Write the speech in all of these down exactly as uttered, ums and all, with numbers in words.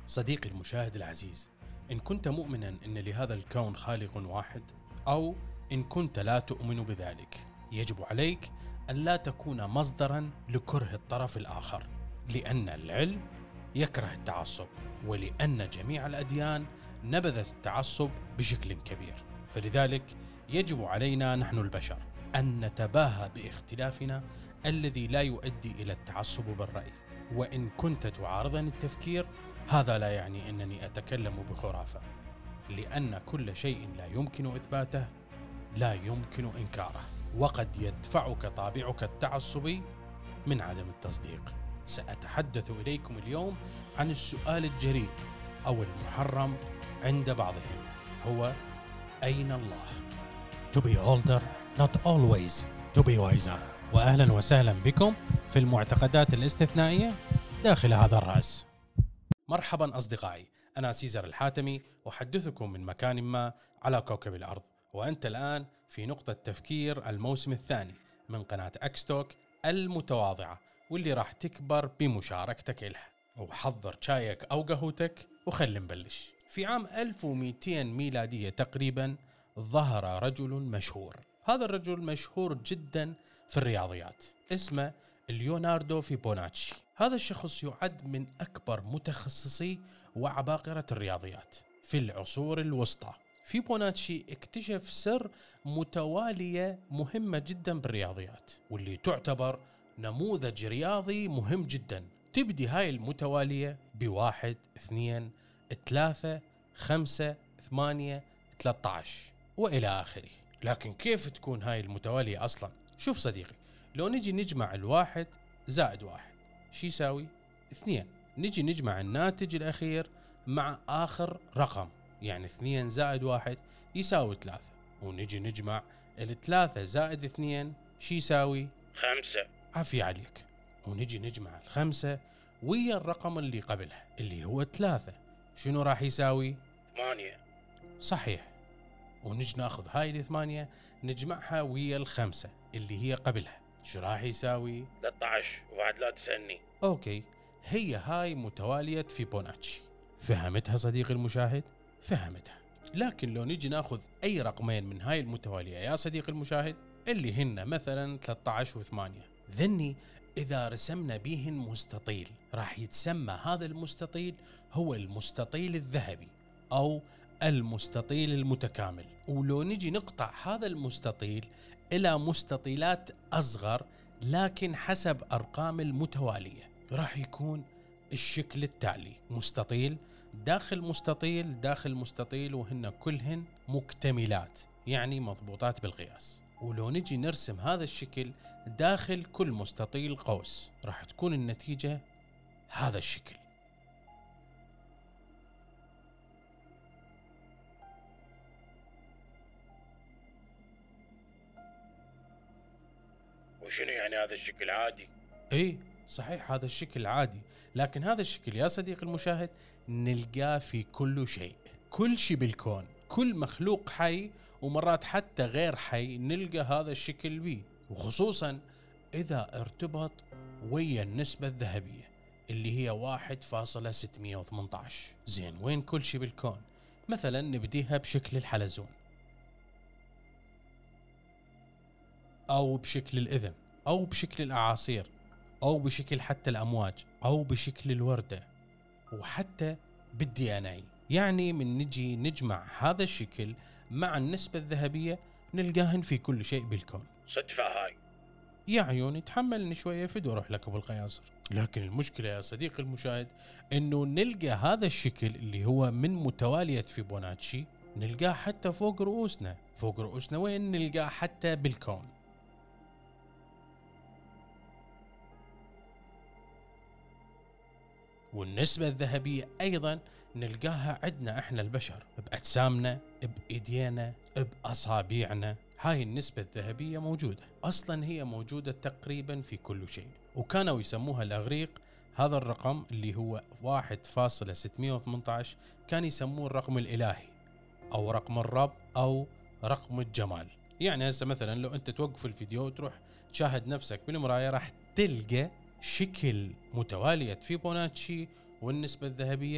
صديقي المشاهد العزيز، إن كنت مؤمنا أن لهذا الكون خالق واحد، أو إن كنت لا تؤمن بذلك، يجب عليك أن لا تكون مصدرا لكره الطرف الآخر، لأن العلم يكره التعصب، ولأن جميع الأديان نبذت التعصب بشكل كبير. فلذلك يجب علينا نحن البشر أن نتباهى باختلافنا الذي لا يؤدي إلى التعصب بالرأي. وإن كنت تعارضني التفكير، هذا لا يعني أنني أتكلم بخرافة، لأن كل شيء لا يمكن إثباته لا يمكن إنكاره، وقد يدفعك طابعك التعصبي من عدم التصديق. سأتحدث إليكم اليوم عن السؤال الجريء أو المحرم عند بعضهم، هو أين الله؟ To be older, not always to be wiser. وأهلا وسهلا بكم في المعتقدات الاستثنائية داخل هذا الرأس. مرحبا أصدقائي، أنا سيزر الحاتمي، أحدثكم من مكان ما على كوكب الأرض، وأنت الآن في نقطة تفكير الموسم الثاني من قناة أكستوك المتواضعة، واللي راح تكبر بمشاركتك لها. وحضر شايك أو قهوتك وخلي نبلش. في عام ألف ومئتين ميلادية تقريبا ظهر رجل مشهور. هذا الرجل مشهور جدا في الرياضيات، اسمه ليوناردو فيبوناتشي. هذا الشخص يعد من أكبر متخصصي وعباقرة الرياضيات في العصور الوسطى. فيبوناتشي اكتشف سر متوالية مهمة جدا بالرياضيات، واللي تعتبر نموذج رياضي مهم جدا. تبدي هاي المتوالية بواحد، اثنين، ثلاثة، خمسة، ثمانية، ثلاثة عشر وإلى آخره. لكن كيف تكون هاي المتوالية أصلا؟ شوف صديقي، لو نجي نجمع الواحد زائد واحد شي يساوي اثنين، نجي نجمع الناتج الأخير مع آخر رقم، يعني اثنين زائد واحد يساوي ثلاثة، ونجي نجمع الثلاثة زائد اثنين شي يساوي خمسة، عافية عليك، ونجي نجمع الخمسة ويا الرقم اللي قبلها اللي هو ثلاثة، شنو راح يساوي؟ ثمانية، صحيح. ونجي ناخذ هاي الثمانية نجمعها ويا الخمسة اللي هي قبلها، شو راح يساوي؟ ثلاثة عشر. وبعد لا تسألني. اوكي، هي هاي متوالية فيبوناتشي. فهمتها صديقي المشاهد؟ فهمتها. لكن لو نجي ناخذ اي رقمين من هاي المتوالية يا صديقي المشاهد، اللي هن مثلا ثلاثة عشر وثمانية، ذني إذا رسمنا بيهن مستطيل، راح يتسمى هذا المستطيل هو المستطيل الذهبي أو المستطيل المتكامل. ولو نجي نقطع هذا المستطيل إلى مستطيلات أصغر لكن حسب أرقام المتوالية، راح يكون الشكل التالي: مستطيل داخل مستطيل داخل مستطيل، وهن كلهن مكتملات، يعني مضبوطات بالقياس. ولو نجي نرسم هذا الشكل داخل كل مستطيل قوس، راح تكون النتيجة هذا الشكل. وشنو يعني هذا الشكل عادي؟ ايه صحيح، هذا الشكل عادي، لكن هذا الشكل يا صديقي المشاهد نلقاه في كل شيء، كل شيء بالكون، كل مخلوق حي ومرات حتى غير حي نلقى هذا الشكل بيه، وخصوصا إذا ارتبط ويا النسبة الذهبية اللي هي واحد فاصلة ستمئة وثمانية عشر. زين، وين كل شيء بالكون؟ مثلا نبديها بشكل الحلزون، أو بشكل الإذن، أو بشكل الأعاصير، أو بشكل حتى الأمواج، أو بشكل الوردة، وحتى بالدي ان اي. يعني من نجي نجمع هذا الشكل مع النسبة الذهبية نلقاهن في كل شيء بالكون. صدفة هاي يا عيوني تحملني شوية فدو أروح لك بالقياصر. لكن المشكلة يا صديقي المشاهد إنه نلقى هذا الشكل اللي هو من متوالية فيبوناتشي نلقاه حتى فوق رؤوسنا. فوق رؤوسنا وين نلقاه؟ حتى بالكون. والنسبة الذهبية أيضا نلقاها عندنا إحنا البشر، بأجسامنا، بإيدينا، بأصابعنا. هاي النسبة الذهبية موجودة أصلا، هي موجودة تقريبا في كل شيء. وكانوا يسموها الأغريق هذا الرقم اللي هو واحد فاصلة ستمئة وثمانية عشر كان يسموه الرقم الإلهي أو رقم الرب أو رقم الجمال. يعني هسه مثلا لو أنت توقف الفيديو وتروح تشاهد نفسك بالمراية راح تلقى شكل متوالية فيبوناتشي والنسبة الذهبية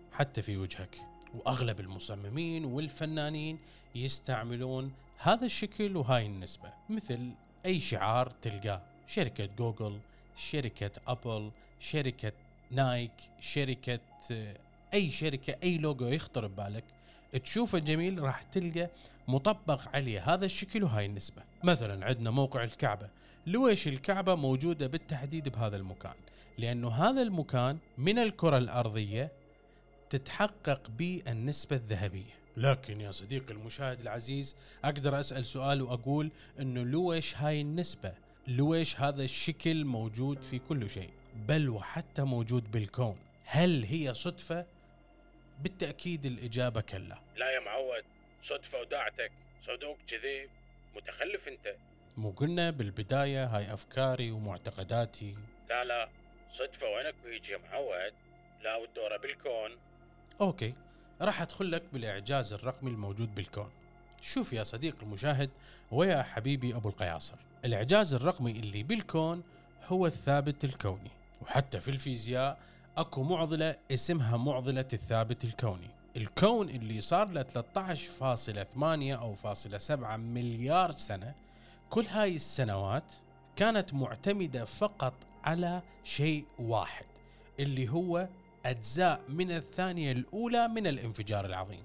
حتى في وجهك. وأغلب المصممين والفنانين يستعملون هذا الشكل وهاي النسبة، مثل أي شعار تلقاه، شركة جوجل، شركة أبل، شركة نايك، شركة أي شركة، أي لوجو يخطر ببالك تشوفه جميل راح تلقى مطبق عليه هذا الشكل وهاي النسبة. مثلا عندنا موقع الكعبة. لويش الكعبة موجودة بالتحديد بهذا المكان؟ لأنه هذا المكان من الكرة الأرضية تتحقق بالنسبة الذهبية. لكن يا صديقي المشاهد العزيز، أقدر أسأل سؤال وأقول إنه لويش هاي النسبة، لويش هذا الشكل موجود في كل شيء، بل وحتى موجود بالكون؟ هل هي صدفة؟ بالتأكيد الإجابة كلا. لا يا معود، صدفة وداعتك، صدوق كذي، متخلف انت. مو قلنا بالبداية هاي أفكاري ومعتقداتي؟ لا لا، صدفة وينك بيجي يا معود، لا والدورة بالكون. أوكي، راح أدخل لك بالإعجاز الرقمي الموجود بالكون. شوف يا صديق المشاهد ويا حبيبي أبو القياصر، الإعجاز الرقمي اللي بالكون هو الثابت الكوني. وحتى في الفيزياء أكو معضلة اسمها معضلة الثابت الكوني. الكون اللي صار له ثلاثة عشر فاصلة ثمانية أو فاصلة سبعة مليار سنة، كل هاي السنوات كانت معتمدة فقط على شيء واحد، اللي هو أجزاء من الثانية الأولى من الانفجار العظيم.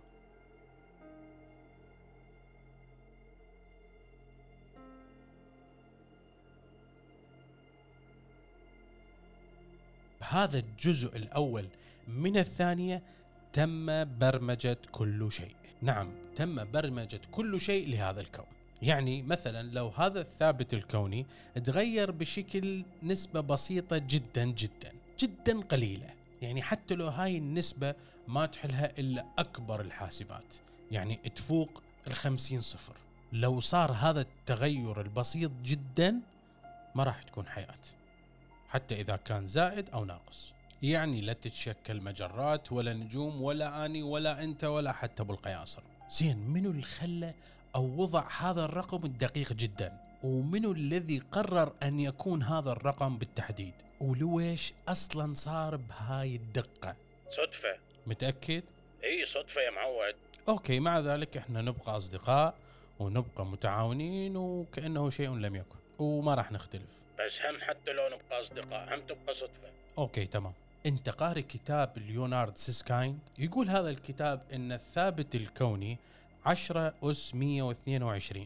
هذا الجزء الأول من الثانية تم برمجة كل شيء. نعم، تم برمجة كل شيء لهذا الكون. يعني مثلا لو هذا الثابت الكوني تغير بشكل نسبة بسيطة جدا جدا جدا قليلة، يعني حتى لو هاي النسبة ما تحلها إلا أكبر الحاسبات، يعني تفوق الخمسين صفر، لو صار هذا التغير البسيط جدا ما راح تكون حياة، حتى إذا كان زائد أو ناقص. يعني لا تتشكل مجرات ولا نجوم ولا أني ولا أنت ولا حتى أبو القياصر. زين، منو اللي خلى أو وضع هذا الرقم الدقيق جدا؟ ومنو الذي قرر أن يكون هذا الرقم بالتحديد؟ ولويش أصلا صار بهاي الدقة؟ صدفة. متأكد؟ اي صدفة يا معود. أوكي، مع ذلك إحنا نبقى أصدقاء ونبقى متعاونين وكأنه شيء لم يكن، وما راح نختلف. بس هم حتى لو نبقى أصدقاء هم تبقى صدفة. أوكي تمام. أنت قارئ كتاب ليونارد سيسكايند؟ يقول هذا الكتاب إن الثابت الكوني عشرة أس مية واثنين وعشرين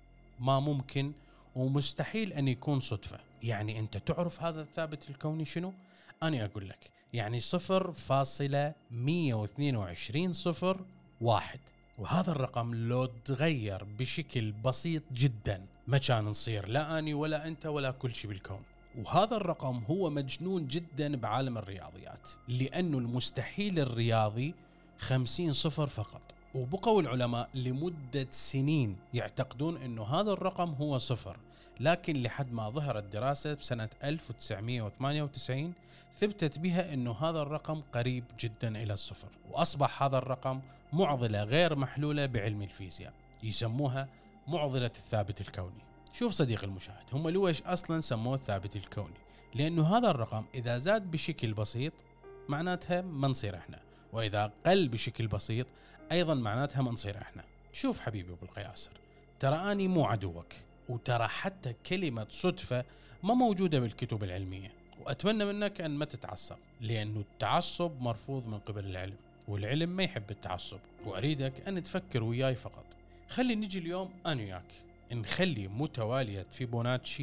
ما ممكن ومستحيل أن يكون صدفة. يعني أنت تعرف هذا الثابت الكوني شنو؟ أنا أقول لك، يعني صفر فاصلة مية واثنين وعشرين صفر واحد. وهذا الرقم لو تغير بشكل بسيط جدا ما كان نصير لا أني ولا أنت ولا كل شيء بالكون. وهذا الرقم هو مجنون جدا بعالم الرياضيات، لأنه المستحيل الرياضي خمسين صفر فقط. وبقوا العلماء لمدة سنين يعتقدون أنه هذا الرقم هو صفر، لكن لحد ما ظهرت دراسة بسنة ألف وتسعمية وثمانية وتسعين ثبتت بها أنه هذا الرقم قريب جدا إلى الصفر، وأصبح هذا الرقم معضلة غير محلولة بعلم الفيزياء، يسموها معضلة الثابت الكوني. شوف صديق المشاهد، هم لويش أصلا سموه الثابت الكوني؟ لأنه هذا الرقم إذا زاد بشكل بسيط معناتها ما نصير إحنا، وإذا قل بشكل بسيط أيضا معناتها ما نصير إحنا. شوف حبيبي أبو القياصر، ترى أني مو عدوك، وترى حتى كلمة صدفة ما موجودة بالكتب العلمية، وأتمنى منك أن ما تتعصب، لأنه التعصب مرفوض من قبل العلم، والعلم ما يحب التعصب. وأريدك أن تفكر وياي فقط. خلي نجي اليوم أنا وياك نخلي متوالية فيبوناتشي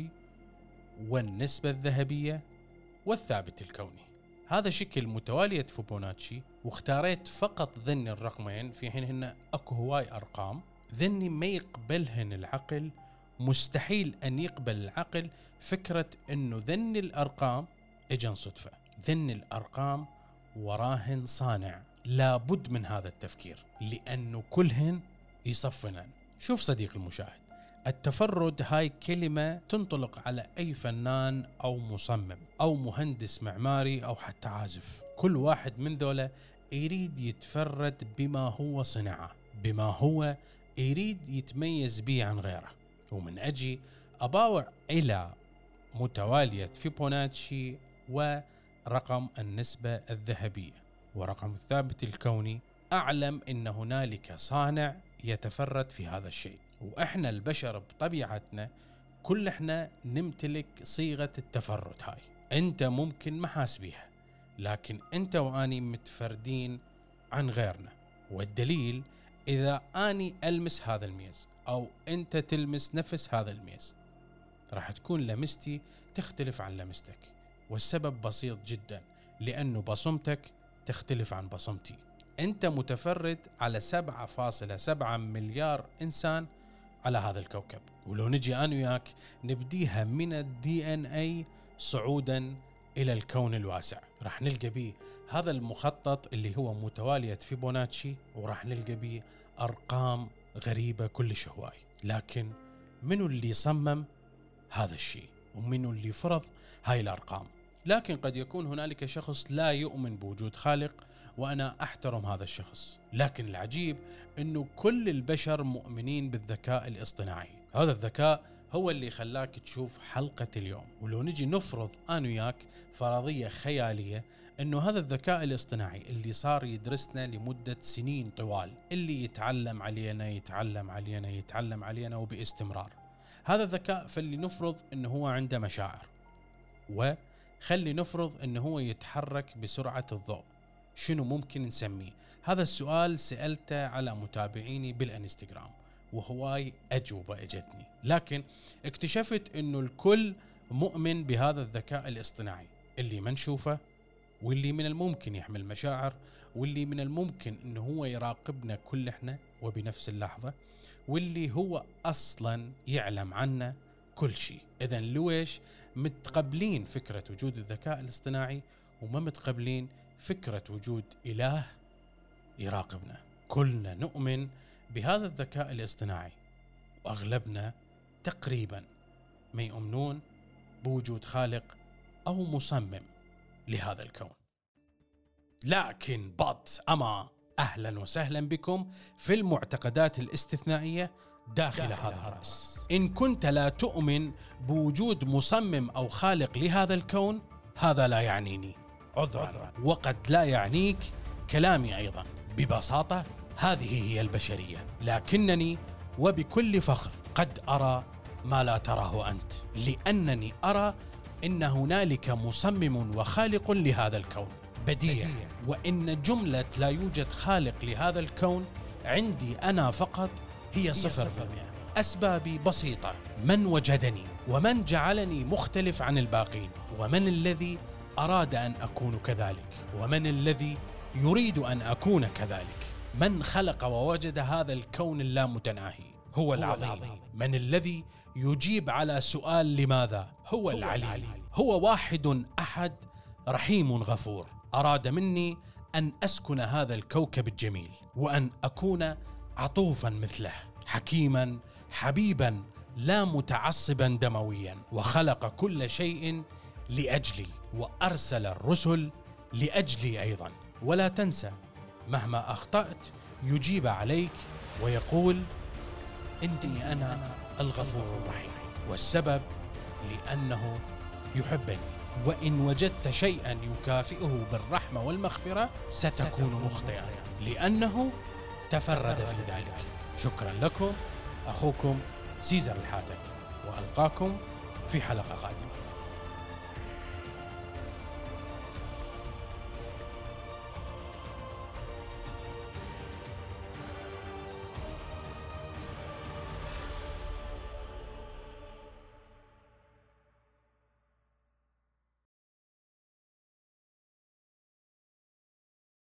والنسبة الذهبية والثابت الكوني. هذا شكل متوالية فيبوناتشي، واختاريت فقط ذني الرقمين في حين هن أكو هواي أرقام ذني ما يقبلهن العقل. مستحيل أن يقبل العقل فكرة أنه ذني الأرقام إجن صدفة. ذني الأرقام وراهن صانع، لابد من هذا التفكير، لأنه كلهن يصفنن. شوف صديق المشاهد، التفرد هاي كلمة تنطلق على أي فنان أو مصمم أو مهندس معماري أو حتى عازف. كل واحد من ذولا يريد يتفرد بما هو صنعه، بما هو يريد يتميز به عن غيره. ومن أجي أباوع إلى متوالية فيبوناتشي ورقم النسبة الذهبية ورقم الثابت الكوني أعلم أن هنالك صانع يتفرد في هذا الشيء. وإحنا البشر بطبيعتنا كل إحنا نمتلك صيغة التفرد هاي. أنت ممكن ما حاس بيها، لكن أنت وأني متفردين عن غيرنا. والدليل إذا أني ألمس هذا الميز أو أنت تلمس نفس هذا الميز راح تكون لمستي تختلف عن لمستك، والسبب بسيط جدا، لأنه بصمتك تختلف عن بصمتي. أنت متفرد على سبعة فاصلة سبعة مليار إنسان على هذا الكوكب. ولو نجي أنا وياك نبديها من الدي ان اي صعودا إلى الكون الواسع، راح نلقى بيه هذا المخطط اللي هو متوالية فيبوناتشي، وراح نلقى بيه أرقام غريبة كلش هواي. لكن منو اللي صمم هذا الشيء ومنو اللي فرض هاي الأرقام؟ لكن قد يكون هنالك شخص لا يؤمن بوجود خالق، وأنا أحترم هذا الشخص. لكن العجيب أنه كل البشر مؤمنين بالذكاء الاصطناعي. هذا الذكاء هو اللي خلاك تشوف حلقة اليوم. ولو نجي نفرض أنا وياك فرضية خيالية أنه هذا الذكاء الاصطناعي اللي صار يدرسنا لمدة سنين طوال، اللي يتعلم علينا يتعلم علينا يتعلم علينا وباستمرار، هذا الذكاء فاللي نفرض أنه هو عنده مشاعر، وخلي نفرض أنه هو يتحرك بسرعة الضوء، شنو ممكن نسميه؟ هذا السؤال سألته على متابعيني بالانستغرام وهواي أجوبة اجتني، لكن اكتشفت أنه الكل مؤمن بهذا الذكاء الاصطناعي اللي ما نشوفه، واللي من الممكن يحمل مشاعر، واللي من الممكن أنه هو يراقبنا كل احنا وبنفس اللحظة، واللي هو أصلا يعلم عنا كل شيء. إذن لويش متقبلين فكرة وجود الذكاء الاصطناعي وما متقبلين فكرة وجود إله يراقبنا؟ كلنا نؤمن بهذا الذكاء الاصطناعي، وأغلبنا تقريبا ما يؤمنون بوجود خالق أو مصمم لهذا الكون. لكن بط أما أهلا وسهلا بكم في المعتقدات الاستثنائية داخل هذا الرأس. إن كنت لا تؤمن بوجود مصمم أو خالق لهذا الكون، هذا لا يعنيني عذرا، وقد لا يعنيك كلامي أيضا. ببساطة هذه هي البشرية، لكنني وبكل فخر قد أرى ما لا تراه أنت، لأنني أرى إن هنالك مصمم وخالق لهذا الكون بديع، وإن جملة لا يوجد خالق لهذا الكون عندي أنا فقط هي صفر بالمئة. أسبابي بسيطة: من وجدني، ومن جعلني مختلف عن الباقين، ومن الذي أراد أن أكون كذلك، ومن الذي يريد أن أكون كذلك. من خلق ووجد هذا الكون اللامتناهي هو العظيم. من الذي يجيب على سؤال لماذا هو العليم. هو واحد أحد رحيم غفور، أراد مني أن أسكن هذا الكوكب الجميل، وأن أكون عطوفا مثله، حكيما حبيبا لا متعصبا دمويا، وخلق كل شيء لأجلي، وأرسل الرسل لأجلي أيضا. ولا تنسى مهما أخطأت يجيب عليك ويقول إني أنا الغفور الرحيم، والسبب لأنه يحبني. وإن وجدت شيئا يكافئه بالرحمة والمغفرة ستكون مخطئا، لأنه تفرد في ذلك. شكرا لكم، أخوكم سيزر الحاتم، وألقاكم في حلقة قادمة.